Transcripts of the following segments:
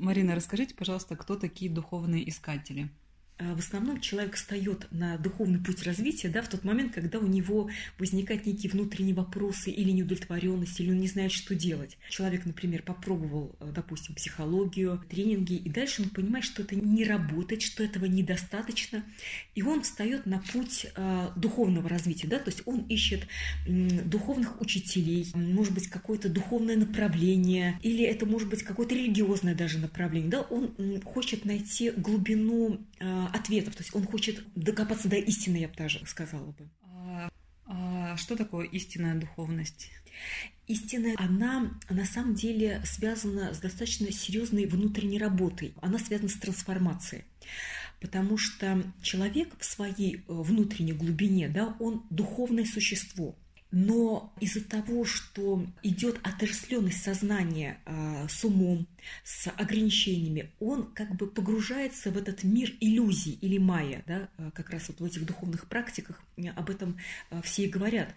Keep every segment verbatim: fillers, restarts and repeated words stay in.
Марина, расскажите, пожалуйста, кто такие духовные искатели? В основном человек встает на духовный путь развития, да, в тот момент, когда у него возникают некие внутренние вопросы или неудовлетворенность, или он не знает, что делать. Человек, например, попробовал, допустим, психологию, тренинги, и дальше он понимает, что это не работает, что этого недостаточно, и он встает на путь э, духовного развития, да, то есть он ищет э, духовных учителей, может быть, какое-то духовное направление, или это может быть какое-то религиозное даже направление, да, он э, хочет найти глубину э, ответов, то есть он хочет докопаться до истины, я бы даже сказала бы. А, а что такое истинная духовность? Истина, она на самом деле связана с достаточно серьезной внутренней работой, она связана с трансформацией, потому что человек в своей внутренней глубине, да, он духовное существо. Но из-за того, что идет отождествленность сознания э, с умом, с ограничениями, он как бы погружается в этот мир иллюзий или майя, да, как раз вот в этих духовных практиках об этом э, все и говорят.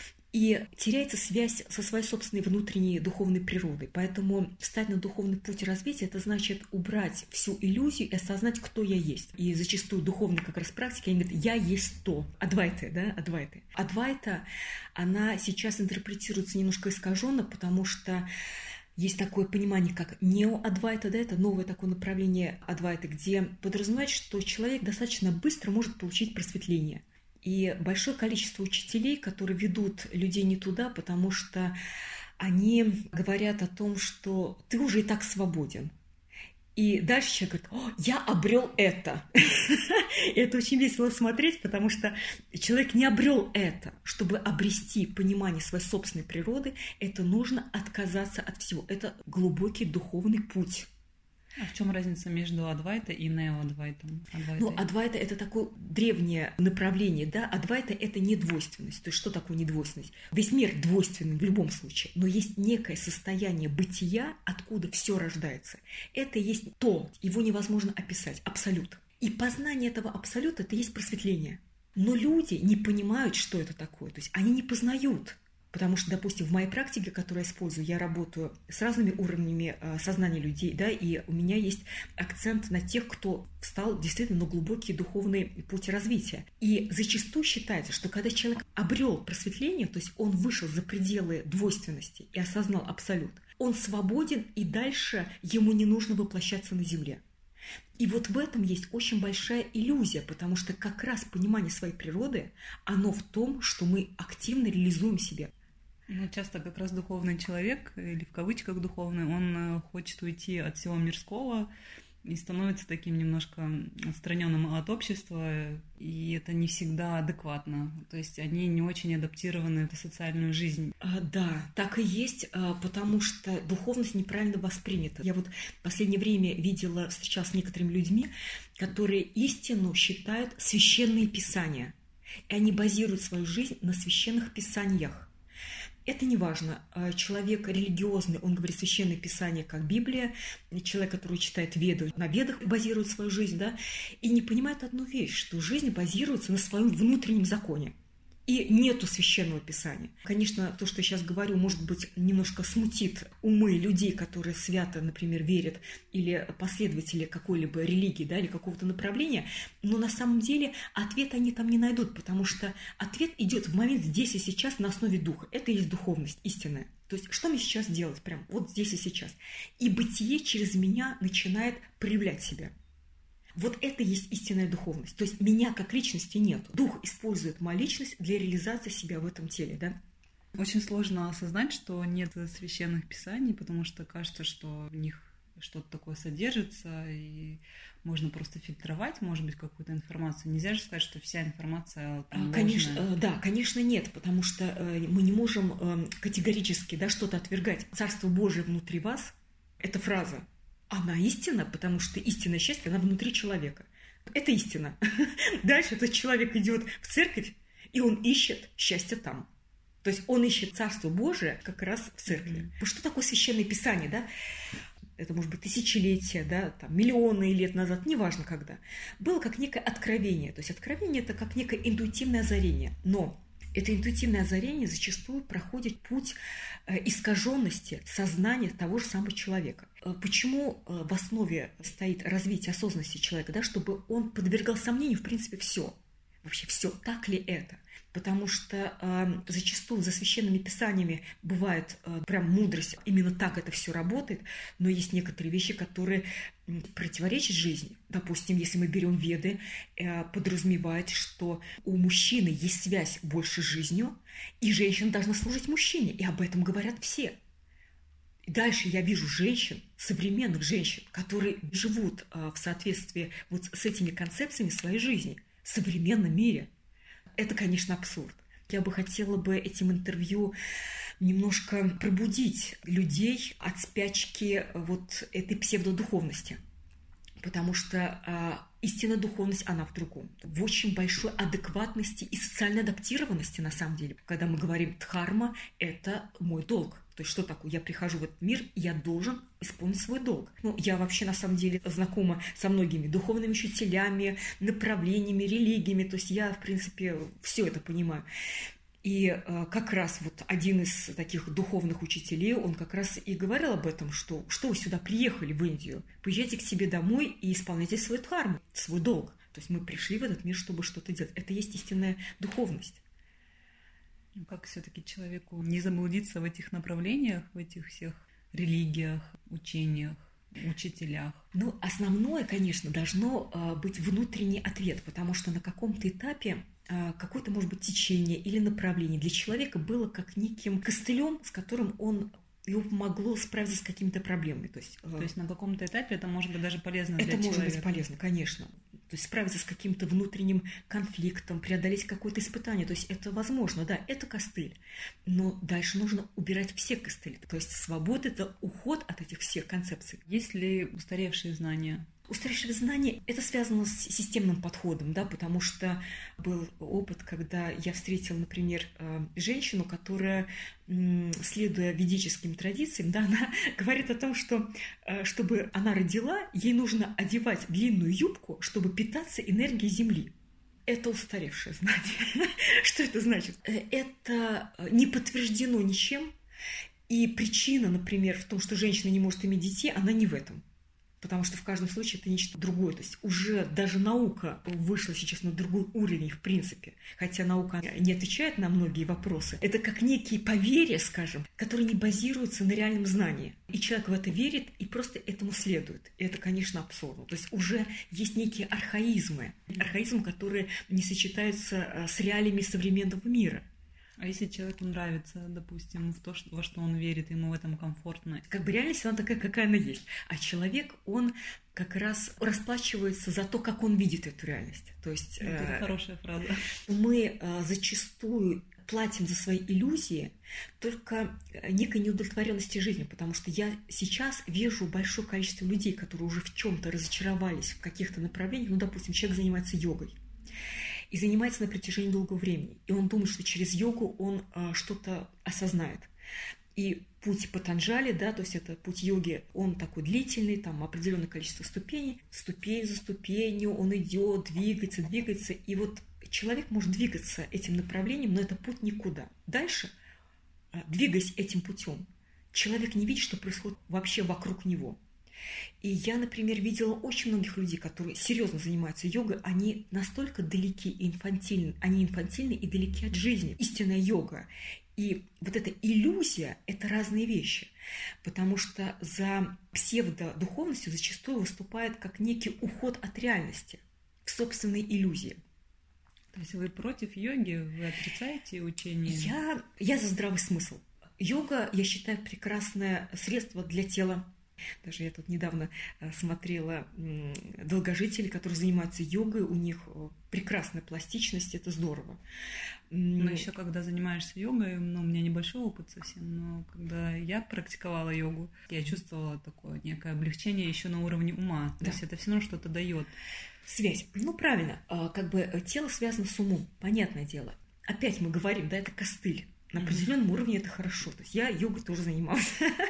И теряется связь со своей собственной внутренней духовной природой. Поэтому встать на духовный путь развития – это значит убрать всю иллюзию и осознать, кто я есть. И зачастую духовные как раз практики, они говорят, я есть то. Адвайта, да, Адвайта. Адвайта, она сейчас интерпретируется немножко искаженно, потому что есть такое понимание, как нео-адвайта, да, это новое такое направление адвайта, где подразумевает, что человек достаточно быстро может получить просветление. И большое количество учителей, которые ведут людей не туда, потому что они говорят о том, что ты уже и так свободен. И дальше человек говорит, о, я обрел это. Это очень весело смотреть, потому что человек не обрел это. Чтобы обрести понимание своей собственной природы, это нужно отказаться от всего. Это глубокий духовный путь. А в чем разница между Адвайта и нео-адвайтом? Ну, Адвайта – это такое древнее направление, да? Адвайта – это недвойственность. То есть что такое недвойственность? Весь мир двойственный в любом случае, но есть некое состояние бытия, откуда все рождается. Это есть то, его невозможно описать, абсолют. И познание этого абсолюта – это есть просветление. Но люди не понимают, что это такое, то есть они не познают. Потому что, допустим, в моей практике, которую я использую, я работаю с разными уровнями сознания людей, да, и у меня есть акцент на тех, кто встал действительно на глубокий духовный путь развития. И зачастую считается, что когда человек обрел просветление, то есть он вышел за пределы двойственности и осознал абсолют, он свободен, и дальше ему не нужно воплощаться на земле. И вот в этом есть очень большая иллюзия, потому что как раз понимание своей природы, оно в том, что мы активно реализуем себя. Ну, часто как раз духовный человек, или в кавычках духовный, он хочет уйти от всего мирского и становится таким немножко отстраненным от общества, и это не всегда адекватно. То есть они не очень адаптированы в социальную жизнь. А, да, так и есть, потому что духовность неправильно воспринята. Я вот в последнее время видела, встречалась с некоторыми людьми, которые истину считают священные писания, и они базируют свою жизнь на священных писаниях. Это не важно. Человек религиозный, он говорит священное писание, как Библия. Человек, который читает Веду, на Ведах базирует свою жизнь, да, и не понимает одну вещь, что жизнь базируется на своем внутреннем законе. И нету священного писания. Конечно, то, что я сейчас говорю, может быть, немножко смутит умы людей, которые свято, например, верят, или последователи какой-либо религии, да, или какого-то направления, но на самом деле ответ они там не найдут, потому что ответ идет в момент здесь и сейчас на основе духа. Это и есть духовность истинная. То есть что мне сейчас делать прям вот здесь и сейчас? И бытие через меня начинает проявлять себя. Вот это и есть истинная духовность. То есть меня как личности нет. Дух использует мою личность для реализации себя в этом теле, да? Очень сложно осознать, что нет священных писаний, потому что кажется, что в них что-то такое содержится, и можно просто фильтровать, может быть, какую-то информацию. Нельзя же сказать, что вся информация там конечно, ложная. Да, конечно, нет, потому что мы не можем категорически, да, что-то отвергать. Царство Божие внутри вас – это фраза. Она истина, потому что истинное счастье, она внутри человека. Это истина. Дальше этот человек идет в церковь, и он ищет счастье там. То есть он ищет Царство Божие как раз в церкви. Mm-hmm. Что такое Священное Писание, да? Это может быть тысячелетия, да, там, миллионы лет назад, неважно когда. Было как некое откровение. То есть откровение – это как некое интуитивное озарение. Но Это интуитивное озарение зачастую проходит путь искаженности сознания того же самого человека. Почему в основе стоит развитие осознанности человека, да, чтобы он подвергал сомнению, в принципе, все. Вообще все, так ли это? Потому что э, зачастую за священными писаниями бывает э, прям мудрость, именно так это все работает, но есть некоторые вещи, которые противоречат жизни. Допустим, если мы берем Веды, э, подразумевает, что у мужчины есть связь больше с жизнью, и женщина должна служить мужчине, и об этом говорят все. И дальше я вижу женщин, современных женщин, которые живут э, в соответствии вот с этими концепциями своей жизни. В современном мире. Это, конечно, абсурд. Я бы хотела бы этим интервью немножко пробудить людей от спячки вот этой псевдодуховности. Потому что а, истинная духовность, она в другом. В очень большой адекватности и социальной адаптированности, на самом деле. Когда мы говорим «дхарма» – это мой долг. То есть что такое? Я прихожу в этот мир, и я должен исполнить свой долг. Ну, я вообще, на самом деле, знакома со многими духовными учителями, направлениями, религиями. То есть я, в принципе, все это понимаю. И э, как раз вот один из таких духовных учителей, он как раз и говорил об этом, что, что вы сюда приехали, в Индию, поезжайте к себе домой и исполняйте свой дхарму, свой долг. То есть мы пришли в этот мир, чтобы что-то делать. Это и есть истинная духовность. Ну, как все-таки человеку не заблудиться в этих направлениях, в этих всех религиях, учениях, учителях? Ну, основное, конечно, должно э, быть внутренний ответ, потому что на каком-то этапе э, какое-то, может быть, течение или направление для человека было как неким костылем, с которым он его помогло справиться с какими-то проблемами. То есть, э, То есть на каком-то этапе это может быть даже полезно это для человека? Это может быть полезно, конечно. То есть справиться с каким-то внутренним конфликтом, преодолеть какое-то испытание. То есть это возможно, да, это костыль. Но дальше нужно убирать все костыли. То есть свобода – это уход от этих всех концепций. Есть ли устаревшие знания? Устаревшие знания – это связано с системным подходом, да, потому что был опыт, когда я встретила, например, женщину, которая, следуя ведическим традициям, да, она говорит о том, что чтобы она родила, ей нужно одевать длинную юбку, чтобы питаться энергией Земли. Это устаревшее знание. Что это значит? Это не подтверждено ничем, и причина, например, в том, что женщина не может иметь детей, она не в этом. Потому что в каждом случае это нечто другое. То есть уже даже наука вышла сейчас на другой уровень, в принципе. Хотя наука не отвечает на многие вопросы. Это как некие поверья, скажем, которые не базируются на реальном знании. И человек в это верит и просто этому следует. И это, конечно, абсурдно. То есть уже есть некие архаизмы. Архаизмы, которые не сочетаются с реалиями современного мира. А если человеку нравится, допустим, в то, во что он верит, ему в этом комфортно? Как бы реальность, она такая, какая она есть. А человек, он как раз расплачивается за то, как он видит эту реальность. То есть, это э, хорошая фраза. Мы э, зачастую платим за свои иллюзии только некой неудовлетворенности жизнью, потому что я сейчас вижу большое количество людей, которые уже в чем-то разочаровались в каких-то направлениях. Ну, допустим, человек занимается йогой. И занимается на протяжении долгого времени. И он думает, что через йогу он а, что-то осознает. И путь Патанджали, да, то есть это путь йоги, он такой длительный, там определенное количество ступеней. Ступень за ступенью он идет, двигается, двигается. И вот человек может двигаться этим направлением, но это путь никуда. Дальше, а, двигаясь этим путем, человек не видит, что происходит вообще вокруг него. И я, например, видела очень многих людей, которые серьезно занимаются йогой, они настолько далеки и инфантильны, они инфантильны и далеки от жизни. Истинная йога и вот эта иллюзия – это разные вещи, потому что за псевдодуховностью зачастую выступает как некий уход от реальности в собственной иллюзии. То есть вы против йоги, вы отрицаете учение? Я, я за здравый смысл. Йога, я считаю, прекрасное средство для тела. Даже я тут недавно смотрела долгожителей, которые занимаются йогой, у них прекрасная пластичность, это здорово. Но еще когда занимаешься йогой, ну, у меня небольшой опыт совсем, но когда я практиковала йогу, я чувствовала такое некое облегчение еще на уровне ума. То да. есть это все равно что-то дает. Связь. Ну, правильно. Как бы тело связано с умом, понятное дело. Опять мы говорим, да, это костыль. На определенном уровне это хорошо. То есть я йогой тоже занималась.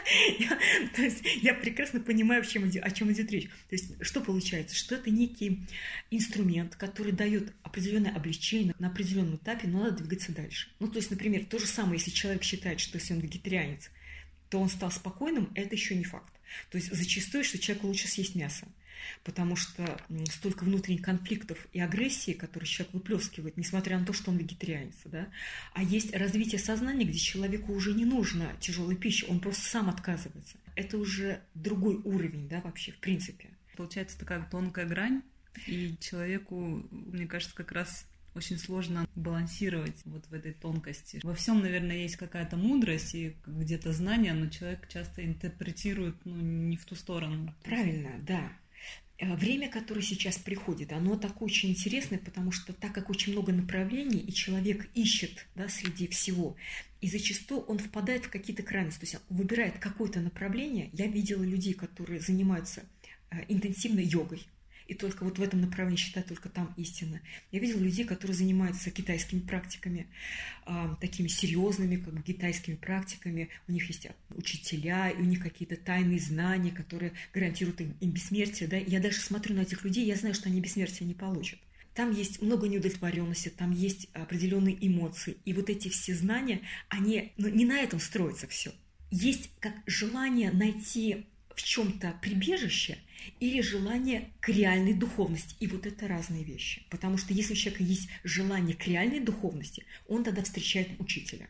я, то есть я прекрасно понимаю, о чем, о чем идет речь. То есть что получается? Что это некий инструмент, который дает определенное облегчение на определенном этапе, но надо двигаться дальше. Ну, то есть, например, то же самое, если человек считает, что если он вегетарианец, то он стал спокойным, это еще не факт. То есть зачастую, что человеку лучше съесть мясо. Потому что столько внутренних конфликтов и агрессии, которые человек выплескивает, несмотря на то, что он вегетарианец, да? А есть развитие сознания, где человеку уже не нужна тяжелая пища, он просто сам отказывается. Это уже другой уровень, да, вообще, в принципе. Получается такая тонкая грань, и человеку, мне кажется, как раз очень сложно балансировать вот в этой тонкости. Во всем, наверное, есть какая-то мудрость и где-то знание, но человек часто интерпретирует, ну, не в ту сторону. Правильно, да. Время, которое сейчас приходит, оно такое очень интересное, потому что так как очень много направлений, и человек ищет, да, среди всего, и зачастую он впадает в какие-то крайности, то есть он выбирает какое-то направление. Я видела людей, которые занимаются интенсивно йогой, и только вот в этом направлении считают только там истина. Я видела людей, которые занимаются китайскими практиками, э, такими серьезными, как бы китайскими практиками. У них есть учителя, и у них какие-то тайные знания, которые гарантируют им, им бессмертие. Да? И я даже смотрю на этих людей, я знаю, что они бессмертия не получат. Там есть много неудовлетворенности, там есть определенные эмоции. И вот эти все знания, они, ну, не на этом строится все. Есть как желание найти в чем-то прибежище или желание к реальной духовности. И вот это разные вещи. Потому что если у человека есть желание к реальной духовности, он тогда встречает учителя.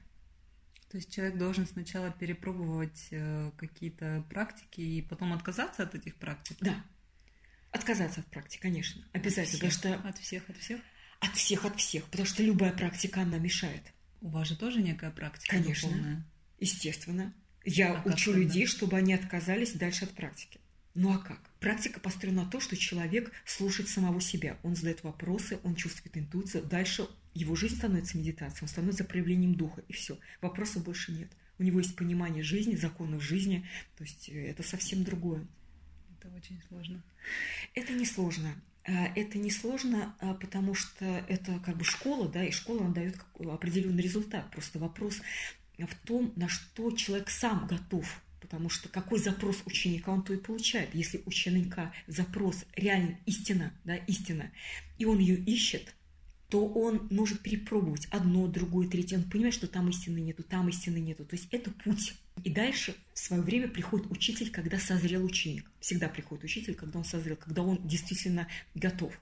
То есть человек должен сначала перепробовать какие-то практики и потом отказаться от этих практик? Да. Отказаться от практик, конечно. Обязательно. От всех, потому что... от всех, от всех? От всех, от всех. Потому что любая практика, она мешает. У вас же тоже некая практика конечно. Духовная? Естественно. Я а учу как, людей, да? чтобы они отказались дальше от практики. Ну а как? Практика построена на то, что человек слушает самого себя. Он задает вопросы, он чувствует интуицию. Дальше его жизнь становится медитацией, он становится проявлением духа, и все. Вопросов больше нет. У него есть понимание жизни, законов жизни. То есть это совсем другое. Это очень сложно. Это не сложно. Это не сложно, потому что это как бы школа, да, и школа она дает определенный результат. Просто вопрос в том, на что человек сам готов. Потому что какой запрос ученика, он то и получает. Если у ученика запрос реально истина, да, истина, и он ее ищет, то он может перепробовать одно, другое, третье. Он понимает, что там истины нету, там истины нету. То есть это путь. И дальше в свое время приходит учитель, когда созрел ученик. Всегда приходит учитель, когда он созрел, когда он действительно готов.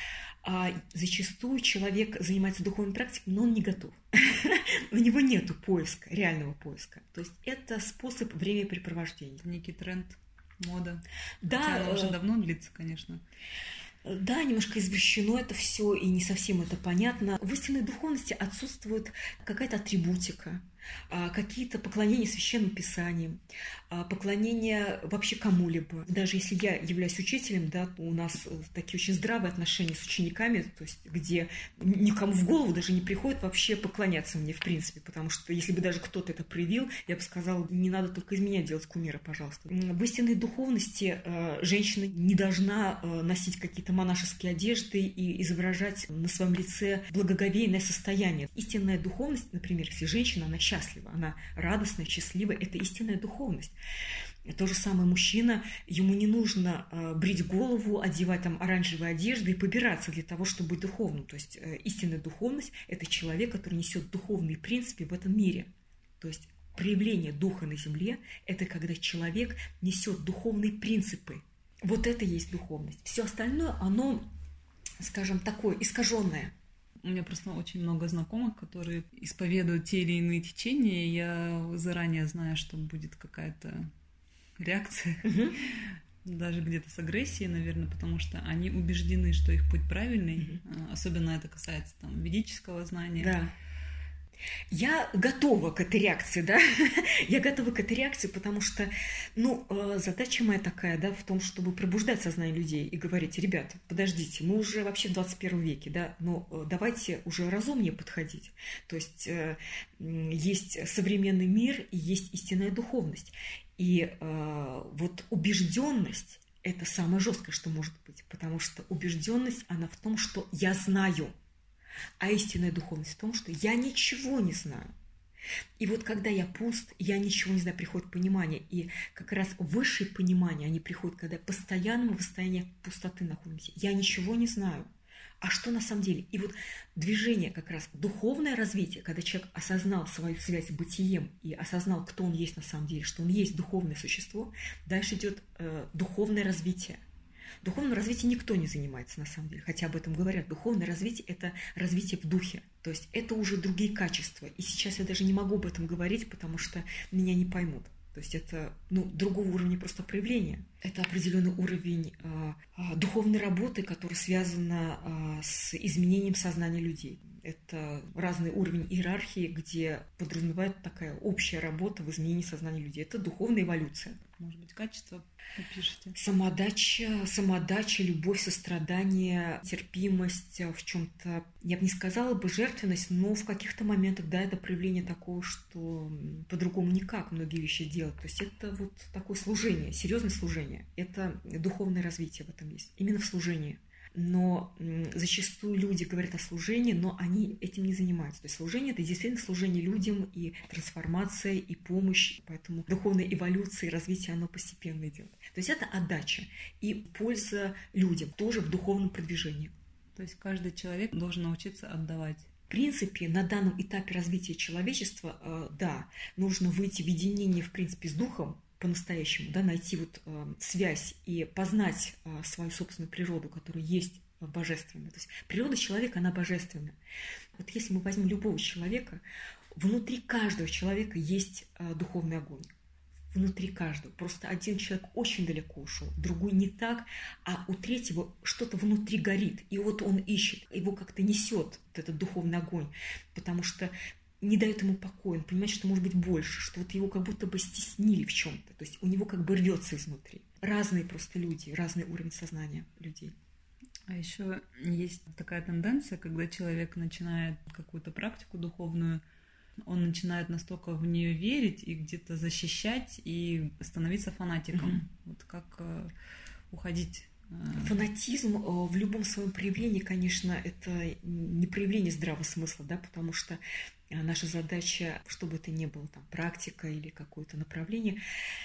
А зачастую человек занимается духовной практикой, но он не готов. У него нет поиска, реального поиска. То есть это способ времяпрепровождения. Некий тренд, мода. Да, хотя оно уже давно длится, конечно. Да, немножко извращено это все, и не совсем это понятно. В истинной духовности отсутствует какая-то атрибутика, какие-то поклонения священным писаниям, поклонения вообще кому-либо. Даже если я являюсь учителем, да, у нас такие очень здравые отношения с учениками, то есть где никому в голову даже не приходит вообще поклоняться мне, в принципе, потому что если бы даже кто-то это проявил, я бы сказала, не надо только из меня делать кумира, пожалуйста. В истинной духовности женщина не должна носить какие-то монашеские одежды и изображать на своем лице благоговейное состояние. Истинная духовность, например, если женщина, она счастлива, она радостная, счастливая, это истинная духовность. То же самое мужчина, ему не нужно э, брить голову, одевать там оранжевые одежды и побираться для того, чтобы быть духовным. То есть э, истинная духовность – это человек, который несет духовные принципы в этом мире. То есть проявление духа на земле – это когда человек несет духовные принципы. Вот это и есть духовность. Все остальное, оно, скажем, такое искаженное. У меня просто очень много знакомых, которые исповедуют те или иные течения, и я заранее знаю, что будет какая-то реакция, угу. даже где-то с агрессией, наверное, потому что они убеждены, что их путь правильный, угу. особенно это касается там ведического знания. Да. Я готова к этой реакции, да, я готова к этой реакции, потому что, ну, задача моя такая, да, в том, чтобы пробуждать сознание людей и говорить, ребята, подождите, мы уже вообще в двадцать первом веке, да, но давайте уже разумнее подходить, то есть есть современный мир и есть истинная духовность, и вот убежденность – это самое жесткое, что может быть, потому что убежденность, она в том, что я знаю. А истинная духовность в том, что я ничего не знаю. И вот когда я пуст, я ничего не знаю, приходит понимание. И как раз высшее понимание, они приходят, когда постоянно в состоянии пустоты находимся. Я ничего не знаю. А что на самом деле? И вот движение как раз, духовное развитие, когда человек осознал свою связь с бытием и осознал, кто он есть на самом деле, что он есть духовное существо, дальше идет э, духовное развитие. Духовным развитием никто не занимается на самом деле, хотя об этом говорят. Духовное развитие – это развитие в духе, то есть это уже другие качества. И сейчас я даже не могу об этом говорить, потому что меня не поймут. То есть это ну, другого уровня просто проявления. Это определенный уровень э, э, духовной работы, которая связана э, с изменением сознания людей. Это разный уровень иерархии, где подразумевает такая общая работа в изменении сознания людей. Это духовная эволюция. Может быть, качество напишите? Самодача, самодача, любовь, сострадание, терпимость в чем-то, я бы не сказала бы жертвенность, но в каких-то моментах, да, это проявление такого, что по-другому никак многие вещи делать. То есть это вот такое служение, серьезное служение. Это духовное развитие в этом есть, именно в служении. Но зачастую люди говорят о служении, но они этим не занимаются. То есть служение – это действительно служение людям и трансформация, и помощь. Поэтому духовная эволюция и развитие, оно постепенно идет. То есть это отдача и польза людям, тоже в духовном продвижении. То есть каждый человек должен научиться отдавать. В принципе, на данном этапе развития человечества, да, нужно выйти в единение, в принципе, с духом, по-настоящему, да, найти вот э, связь и познать э, свою собственную природу, которая есть божественная. То есть природа человека, она божественная. Вот если мы возьмем любого человека, внутри каждого человека есть э, духовный огонь. Внутри каждого. Просто один человек очень далеко ушел, другой не так, а у третьего что-то внутри горит. И вот он ищет, его как-то несет вот этот духовный огонь, потому что не дает ему покоя, он понимает, что может быть больше, что вот его как будто бы стеснили в чем-то, то есть у него как бы рвется изнутри. Разные просто люди, разный уровень сознания людей. А еще есть такая тенденция, когда человек начинает какую-то практику духовную, он начинает настолько в нее верить и где-то защищать и становиться фанатиком. Mm-hmm. Вот как э, уходить. Фанатизм в любом своем проявлении, конечно, это не проявление здравого смысла, да, потому что наша задача, чтобы это ни было там, практика или какое-то направление,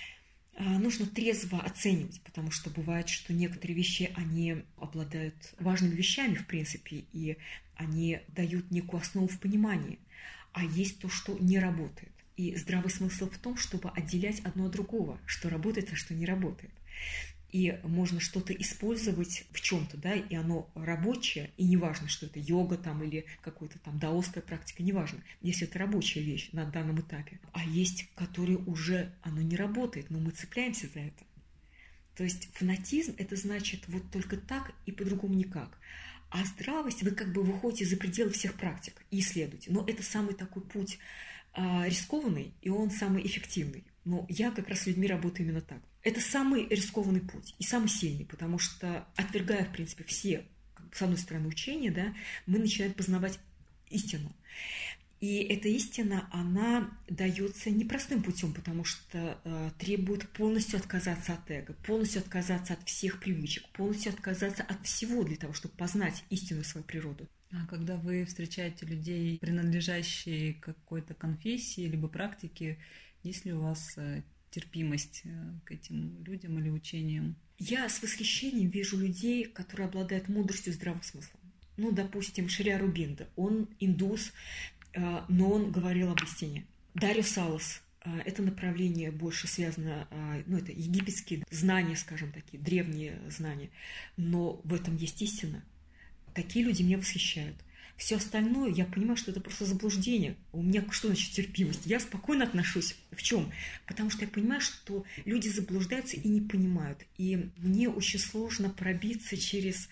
нужно трезво оценивать, потому что бывает, что некоторые вещи, они обладают важными вещами, в принципе, и они дают некую основу в понимании, а есть то, что не работает. И здравый смысл в том, чтобы отделять одно от другого, что работает, а что не работает. И можно что-то использовать в чем-то, да, и оно рабочее, и неважно, что это йога там или какая-то там даосская практика, неважно, если это рабочая вещь на данном этапе. А есть, которые уже оно не работает, но мы цепляемся за это. То есть фанатизм – это значит вот только так и по-другому никак. А здравость, вы как бы выходите за пределы всех практик и исследуете. Но это самый такой путь а, рискованный, и он самый эффективный. Но я как раз с людьми работаю именно так. Это самый рискованный путь и самый сильный, потому что, отвергая, в принципе, все, с одной стороны, учения, да, мы начинаем познавать истину. И эта истина, она дается непростым путем, потому что э, требует полностью отказаться от эго, полностью отказаться от всех привычек, полностью отказаться от всего для того, чтобы познать истинную свою природу. А когда вы встречаете людей, принадлежащие к какой-то конфессии либо практике, есть ли у вас терпимость к этим людям или учениям? Я с восхищением вижу людей, которые обладают мудростью и здравым смыслом. Ну, допустим, Шри Ауробиндо, он индус, но он говорил об истине. Дарио Салас, это направление больше связано, ну, это египетские знания, скажем, такие древние знания, но в этом есть истина. Такие люди меня восхищают. Все остальное, я понимаю, что это просто заблуждение. У меня что значит терпимость? Я спокойно отношусь. В чем? Потому что я понимаю, что люди заблуждаются и не понимают. И мне очень сложно пробиться через,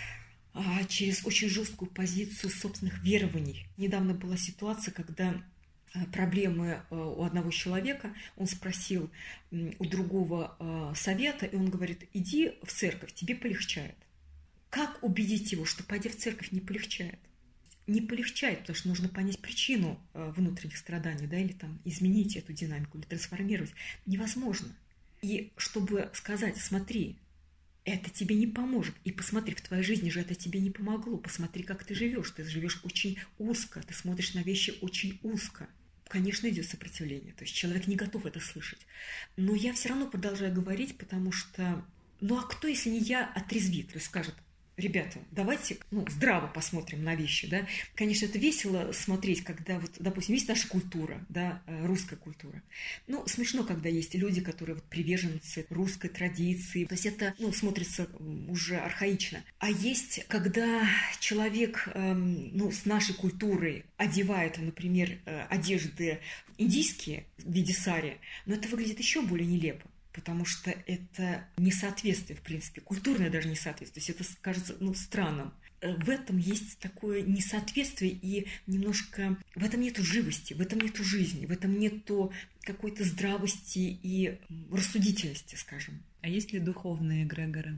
через очень жесткую позицию собственных верований. Недавно была ситуация, когда проблемы у одного человека, он спросил у другого совета, и он говорит: иди в церковь, тебе полегчает. Как убедить его, что, пойдя в церковь, не полегчает? Не полегчает, потому что нужно понять причину внутренних страданий, да, или там изменить эту динамику, или трансформировать. Невозможно. И чтобы сказать: смотри, это тебе не поможет, и посмотри, в твоей жизни же это тебе не помогло, посмотри, как ты живешь, ты живешь очень узко, ты смотришь на вещи очень узко. конечно, идет сопротивление. То есть человек не готов это слышать. Но я все равно продолжаю говорить, потому что, ну а кто, если не я, отрезвит, то есть скажет: ребята, давайте, ну, здраво посмотрим на вещи, да. Конечно, это весело смотреть, когда, вот, допустим, есть наша культура, да, русская культура. Ну, смешно, когда есть люди, которые вот приверженцы русской традиции. То есть это, ну, смотрится уже архаично. А есть, когда человек, эм, ну, с нашей культурой одевает, например, одежды индийские в виде сари, но это выглядит еще более нелепо. Потому что это несоответствие, в принципе, культурное даже несоответствие. То есть это кажется, ну, странным. В этом есть такое несоответствие, и немножко в этом нету живости, в этом нету жизни, в этом нету какой-то здравости и рассудительности, скажем. А есть ли духовные эгрегоры?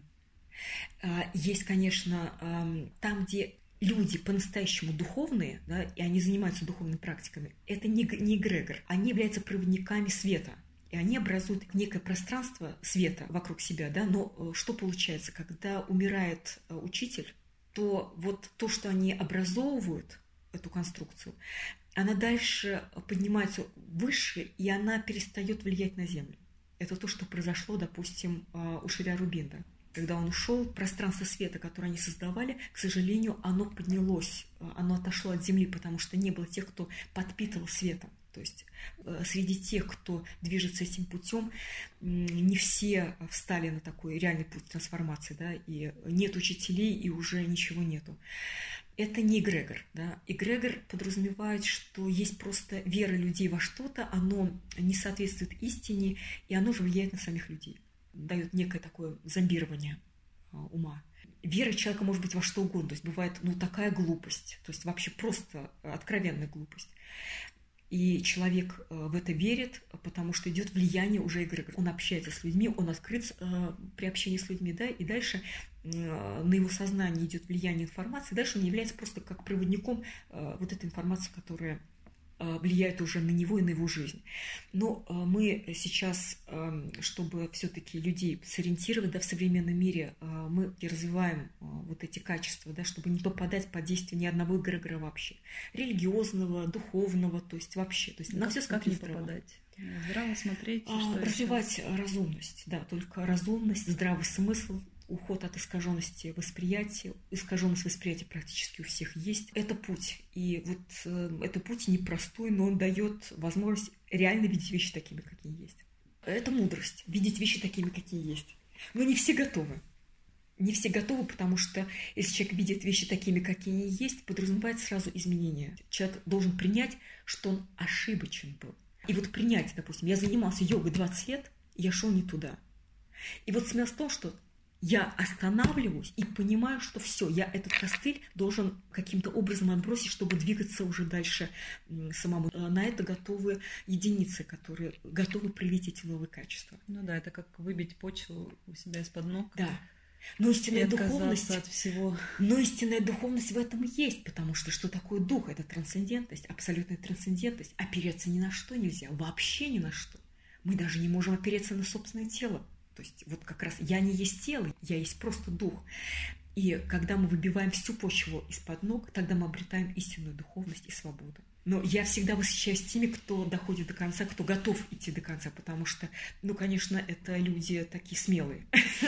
Есть, конечно, там, где люди по-настоящему духовные, да, и они занимаются духовными практиками, это не эгрегор, они являются проводниками света. И они образуют некое пространство света вокруг себя, да, но что получается, когда умирает учитель, то вот то, что они образовывают, эту конструкцию, она дальше поднимается выше, и она перестает влиять на Землю. Это то, что произошло, допустим, у Шри-Ауробинда. Когда он ушел, пространство света, которое они создавали, к сожалению, оно поднялось, оно отошло от Земли, потому что не было тех, кто подпитывал светом. То есть среди тех, кто движется этим путем, не все встали на такой реальный путь трансформации, да, и нет учителей, и уже ничего нету. Это не эгрегор, да. Эгрегор подразумевает, что есть просто вера людей во что-то, оно не соответствует истине, и оно же влияет на самих людей, дает некое такое зомбирование ума. Вера человека может быть во что угодно, то есть бывает, ну, такая глупость, то есть вообще просто откровенная глупость. И человек в это верит, потому что идет влияние уже эгрегора. Он общается с людьми, он открыт при общении с людьми, да, и дальше на его сознание идет влияние информации, дальше он является просто как проводником вот этой информации, которая влияет уже на него и на его жизнь. Но мы сейчас, чтобы все-таки людей сориентировать, да, в современном мире, мы развиваем вот эти качества, да, чтобы не попадать под действие ни одного эгрегора вообще. Религиозного, духовного, то есть вообще. То есть на все как не попадать. Здраво смотреть. А, что развивать еще? Разумность, да, только разумность, здравый смысл, уход от искаженности восприятия. Искаженность восприятия практически у всех есть. Это путь. И вот э, это путь непростой, но он дает возможность реально видеть вещи такими, какие есть. Это мудрость. Видеть вещи такими, какие есть. Но не все готовы. Не все готовы, потому что если человек видит вещи такими, какие они есть, подразумевает сразу изменения. Человек должен принять, что он ошибочен был. И вот принять, допустим, я занимался йогой двадцать лет, я шел не туда. И вот смысл в том, что я останавливаюсь и понимаю, что все, я этот костыль должен каким-то образом отбросить, чтобы двигаться уже дальше самому. На это готовы единицы, которые готовы проявить эти новые качества. Ну да, это как выбить почву у себя из-под ног. Да. Но истинная духовность, от всего. Но истинная духовность в этом есть, потому что что такое дух? Это трансцендентность, абсолютная трансцендентность. Опереться ни на что нельзя, вообще ни на что. Мы даже не можем опереться на собственное тело. То есть вот как раз я не есть тело, я есть просто дух. И когда мы выбиваем всю почву из-под ног, тогда мы обретаем истинную духовность и свободу. Но я всегда восхищаюсь теми, кто доходит до конца, кто готов идти до конца, потому что, ну, конечно, это люди такие смелые.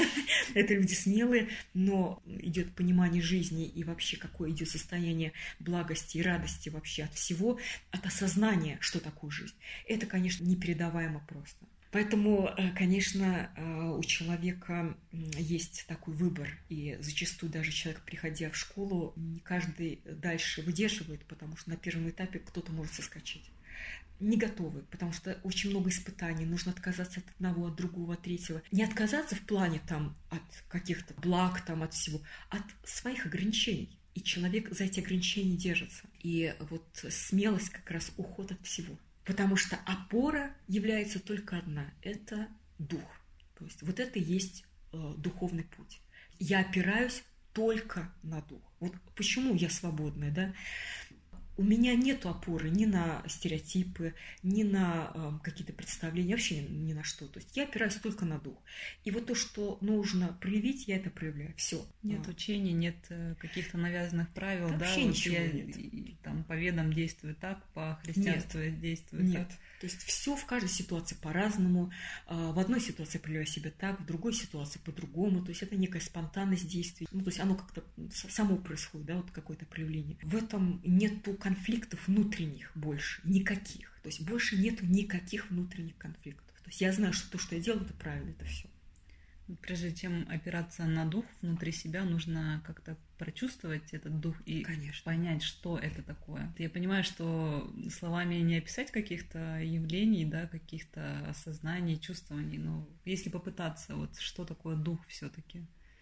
Это люди смелые, но идет понимание жизни и вообще какое идет состояние благости и радости вообще от всего, от осознания, что такое жизнь. Это, конечно, непередаваемо просто. Поэтому, конечно, у человека есть такой выбор, и зачастую даже человек, приходя в школу, не каждый дальше выдерживает, потому что на первом этапе кто-то может соскочить. Не готовы, потому что очень много испытаний, нужно отказаться от одного, от другого, от третьего. Не отказаться в плане там, от каких-то благ, там, от всего, от своих ограничений. И человек за эти ограничения держится. И вот смелость как раз уход от всего. Потому что опора является только одна – это дух. То есть вот это и есть э, духовный путь. Я опираюсь только на дух. Вот почему я свободная, да? У меня нет опоры ни на стереотипы, ни на э, какие-то представления, вообще ни, ни на что. То есть я опираюсь только на дух. И вот то, что нужно проявить, я это проявляю. Все. Нет а. учений, нет каких-то навязанных правил, да? Вообще Вот ничего я, нет. И, там по ведам действую так, по христианству нет. действую нет. так. То есть все в каждой ситуации по-разному. В одной ситуации проявляю себя так, в другой ситуации по-другому. То есть это некая спонтанность действий. Ну, то есть оно как-то само происходит, да, вот какое-то проявление. В этом нету конфликтов внутренних больше, никаких. То есть больше нету никаких внутренних конфликтов. То есть я знаю, что то, что я делаю, это правильно, это все. Прежде чем опираться на дух внутри себя, нужно как-то прочувствовать этот дух и Конечно. понять, что это такое. Я понимаю, что словами не описать каких-то явлений, да, каких-то осознаний, чувствований, но если попытаться, вот что такое дух все-таки?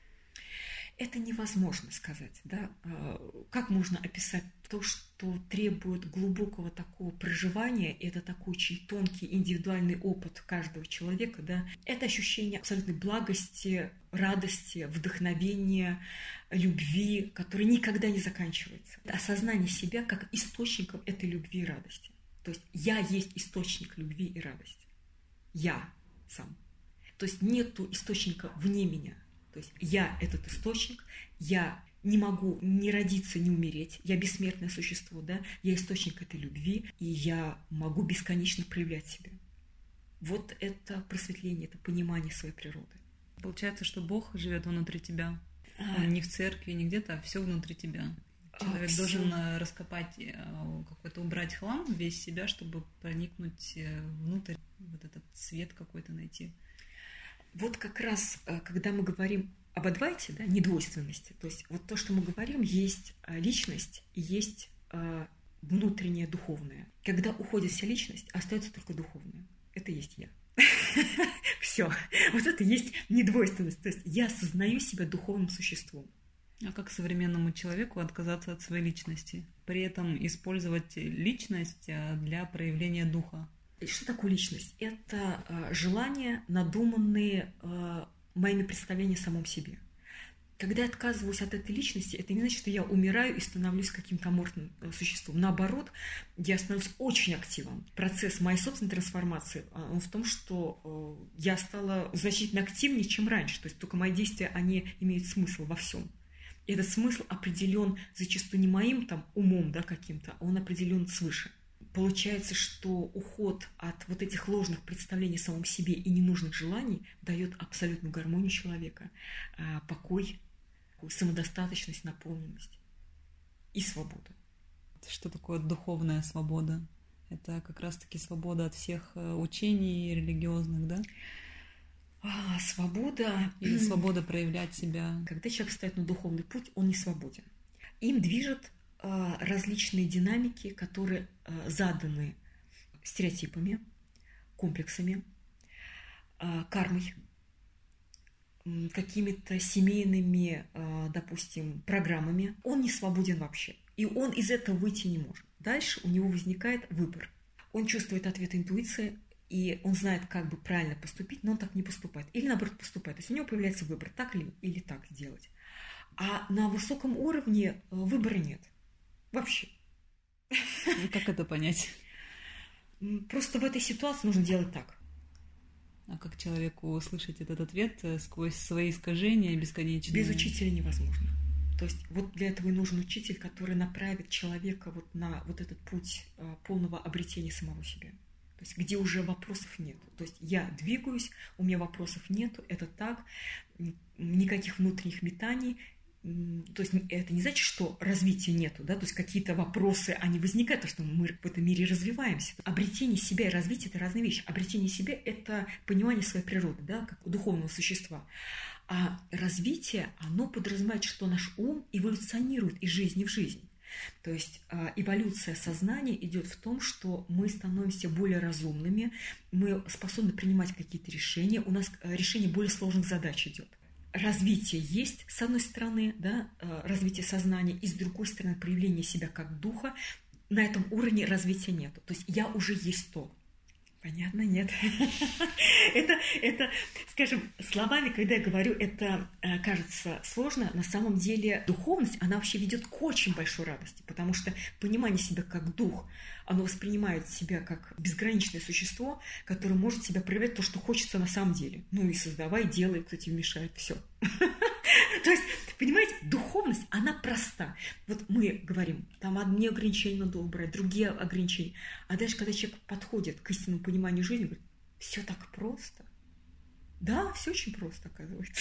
Это невозможно сказать, да? Как можно описать то, что требует глубокого такого проживания, и это такой очень тонкий индивидуальный опыт каждого человека, да? Это ощущение абсолютной благости, радости, вдохновения, любви, которое никогда не заканчивается. Это осознание себя как источником этой любви и радости. То есть я есть источник любви и радости. Я сам. То есть нету источника вне меня. То есть я этот источник, я не могу ни родиться, ни умереть, я бессмертное существо, да, я источник этой любви, и я могу бесконечно проявлять себя. Вот это просветление, это понимание своей природы. Получается, что Бог живет внутри тебя, Он не в церкви, не где-то, а все внутри тебя. Человек а, должен все. раскопать, какой-то убрать хлам весь себя, чтобы проникнуть внутрь, вот этот свет какой-то найти. Вот как раз, когда мы говорим об адвайте, да, недвойственности, то есть вот то, что мы говорим, есть личность и есть внутреннее духовное. Когда уходит вся личность, остается только духовное. Это есть я. Все. Вот это есть недвойственность. То есть я осознаю себя духовным существом. А как современному человеку отказаться от своей личности? При этом использовать личность для проявления духа? Что такое личность? Это э, желания, надуманные э, моими представлениями о самом себе. Когда я отказываюсь от этой личности, это не значит, что я умираю и становлюсь каким-то аморфным э, существом. Наоборот, я становлюсь очень активным. Процесс моей собственной трансформации э, он в том, что э, я стала значительно активнее, чем раньше. То есть только мои действия, они имеют смысл во всем. И этот смысл определен зачастую не моим там, умом, да, каким-то, а он определен свыше. Получается, что уход от вот этих ложных представлений о самом себе и ненужных желаний дает абсолютную гармонию человека, покой, самодостаточность, наполненность и свободу. Что такое духовная свобода? Это как раз-таки свобода от всех учений религиозных, да? А, свобода... Или свобода проявлять себя. Когда человек встает на духовный путь, он не свободен. Им движет различные динамики, которые заданы стереотипами, комплексами, кармой, какими-то семейными, допустим, программами. Он не свободен вообще. И он из этого выйти не может. Дальше у него возникает выбор. Он чувствует ответ интуиции, и он знает, как бы правильно поступить, но он так не поступает. Или, наоборот, поступает. То есть у него появляется выбор, так ли или так сделать. А на высоком уровне выбора нет. Вообще. Как это понять? Просто в этой ситуации нужно делать так. А как человеку услышать этот ответ сквозь свои искажения бесконечные? Без учителя невозможно. То есть вот для этого и нужен учитель, который направит человека вот на вот этот путь полного обретения самого себя. То есть где уже вопросов нет. То есть я двигаюсь, у меня вопросов нету, это так, никаких внутренних метаний. То есть это не значит, что развития нету, да, то есть какие-то вопросы, они возникают, потому что мы в этом мире развиваемся. Обретение себя и развитие – это разные вещи. Обретение себя – это понимание своей природы, да, как у духовного существа. А развитие, оно подразумевает, что наш ум эволюционирует из жизни в жизнь. То есть эволюция сознания идет в том, что мы становимся более разумными, мы способны принимать какие-то решения, у нас решение более сложных задач идет. Развитие есть, с одной стороны, да, развитие сознания, и с другой стороны, проявление себя как духа. На этом уровне развития нет. То есть я уже есть то. Понятно, нет. это, это, скажем, словами, когда я говорю, это э, кажется сложно. На самом деле духовность, она вообще ведет к очень большой радости, потому что понимание себя как дух, оно воспринимает себя как безграничное существо, которое может себя проявлять то, что хочется на самом деле. Ну и создавай, делай, кто тебе мешает, все. То есть, понимаете, духовность, она проста. Вот мы говорим, там одни ограничения надо убрать, другие ограничения. А дальше, когда человек подходит к истинному пониманию жизни, говорит, все так просто. Да, все очень просто, оказывается.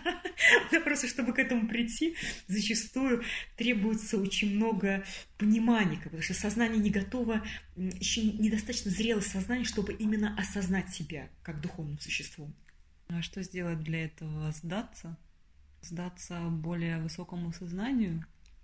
Но просто, чтобы к этому прийти, зачастую требуется очень много понимания, потому что сознание не готово, еще недостаточно зрелое сознание, чтобы именно осознать себя как духовным существом. А что сделать для этого? Сдаться? Сдаться более высокому сознанию?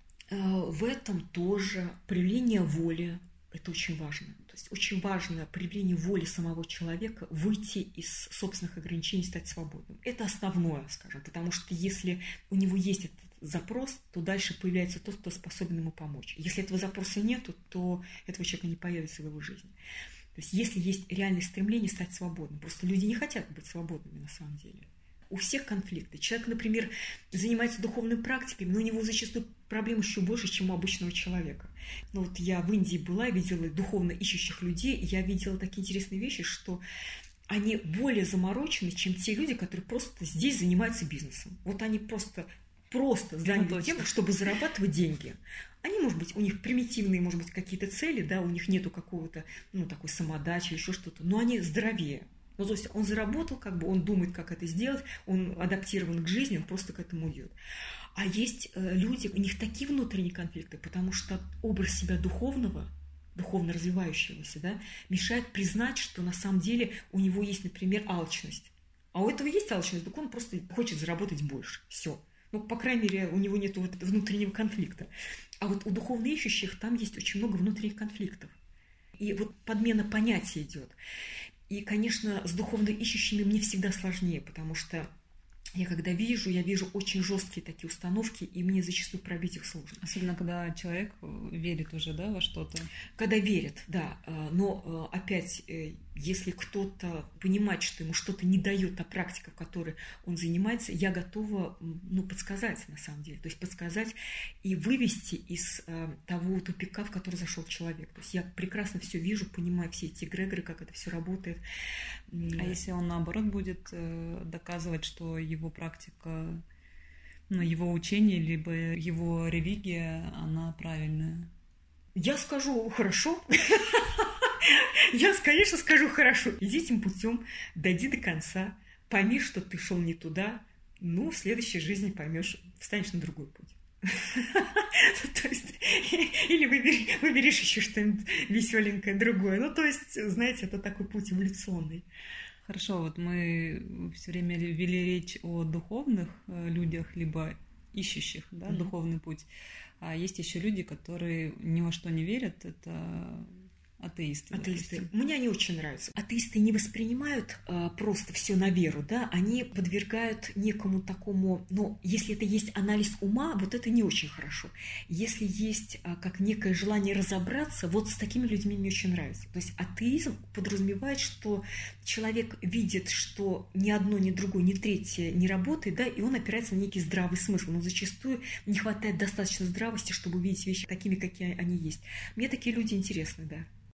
В этом тоже проявление воли. Это очень важно. То есть очень важно проявление воли самого человека выйти из собственных ограничений, стать свободным. Это основное, скажем, потому что если у него есть этот запрос, то дальше появляется тот, кто способен ему помочь. Если этого запроса нету, то этого человека не появится в его жизни. То есть если есть реальное стремление стать свободным, просто люди не хотят быть свободными на самом деле. У всех конфликты. Человек, например, занимается духовными практиками, но у него зачастую проблем еще больше, чем у обычного человека. Ну вот я в Индии была, видела духовно ищущих людей, и я видела такие интересные вещи, что они более заморочены, чем те люди, которые просто здесь занимаются бизнесом. Вот они просто, просто заняты тем, чтобы зарабатывать деньги. Они, может быть, у них примитивные, может быть, какие-то цели, да, у них нету какого-то, ну, такой самодачи, еще что-то, но они здоровее. Ну, то есть он заработал, как бы он думает, как это сделать, он адаптирован к жизни, он просто к этому идет. А есть э, люди, у них такие внутренние конфликты, потому что образ себя духовного, духовно развивающегося, да, мешает признать, что на самом деле у него есть, например, алчность. А у этого есть алчность, так он просто хочет заработать больше. Все. Ну, по крайней мере, у него нет вот этого внутреннего конфликта. А вот у духовно ищущих там есть очень много внутренних конфликтов. И вот подмена понятий идет. И, конечно, с духовно ищущими мне всегда сложнее, потому что я когда вижу, я вижу очень жесткие такие установки, и мне зачастую пробить их сложно. Особенно, когда человек верит уже, да, во что-то. Когда верит, да. Но опять, если кто-то понимает, что ему что-то не дает та практика, в которой он занимается, я готова, ну, подсказать на самом деле. То есть подсказать и вывести из того тупика, в который зашел человек. То есть я прекрасно все вижу, понимаю все эти эгрегоры, как это все работает. А если он, наоборот, будет доказывать, что его практика, ну, его учение, либо его религия, она правильная? Я скажу хорошо. Я, конечно, скажу хорошо. Иди этим путем, дойди до конца, пойми, что ты шел не туда, ну, в следующей жизни поймешь, встанешь на другой путь. То есть, или выбери, выберешь еще что-нибудь веселенькое другое. Ну, то есть, знаете, это такой путь эволюционный. Хорошо, вот мы все время вели речь о духовных людях, либо ищущих, да, mm-hmm. духовный путь. А есть еще люди, которые ни во что не верят. Это атеисты. Атеисты. Допустим. Мне они очень нравятся. Атеисты не воспринимают а, просто все на веру, да, они подвергают некому такому, ну, если это есть анализ ума, вот это не очень хорошо. Если есть а, как некое желание разобраться, вот с такими людьми мне очень нравится. То есть атеизм подразумевает, что человек видит, что ни одно, ни другое, ни третье не работает, да, и он опирается на некий здравый смысл. Но зачастую не хватает достаточно здравости, чтобы увидеть вещи такими, какие они есть. Мне такие люди интересны, да.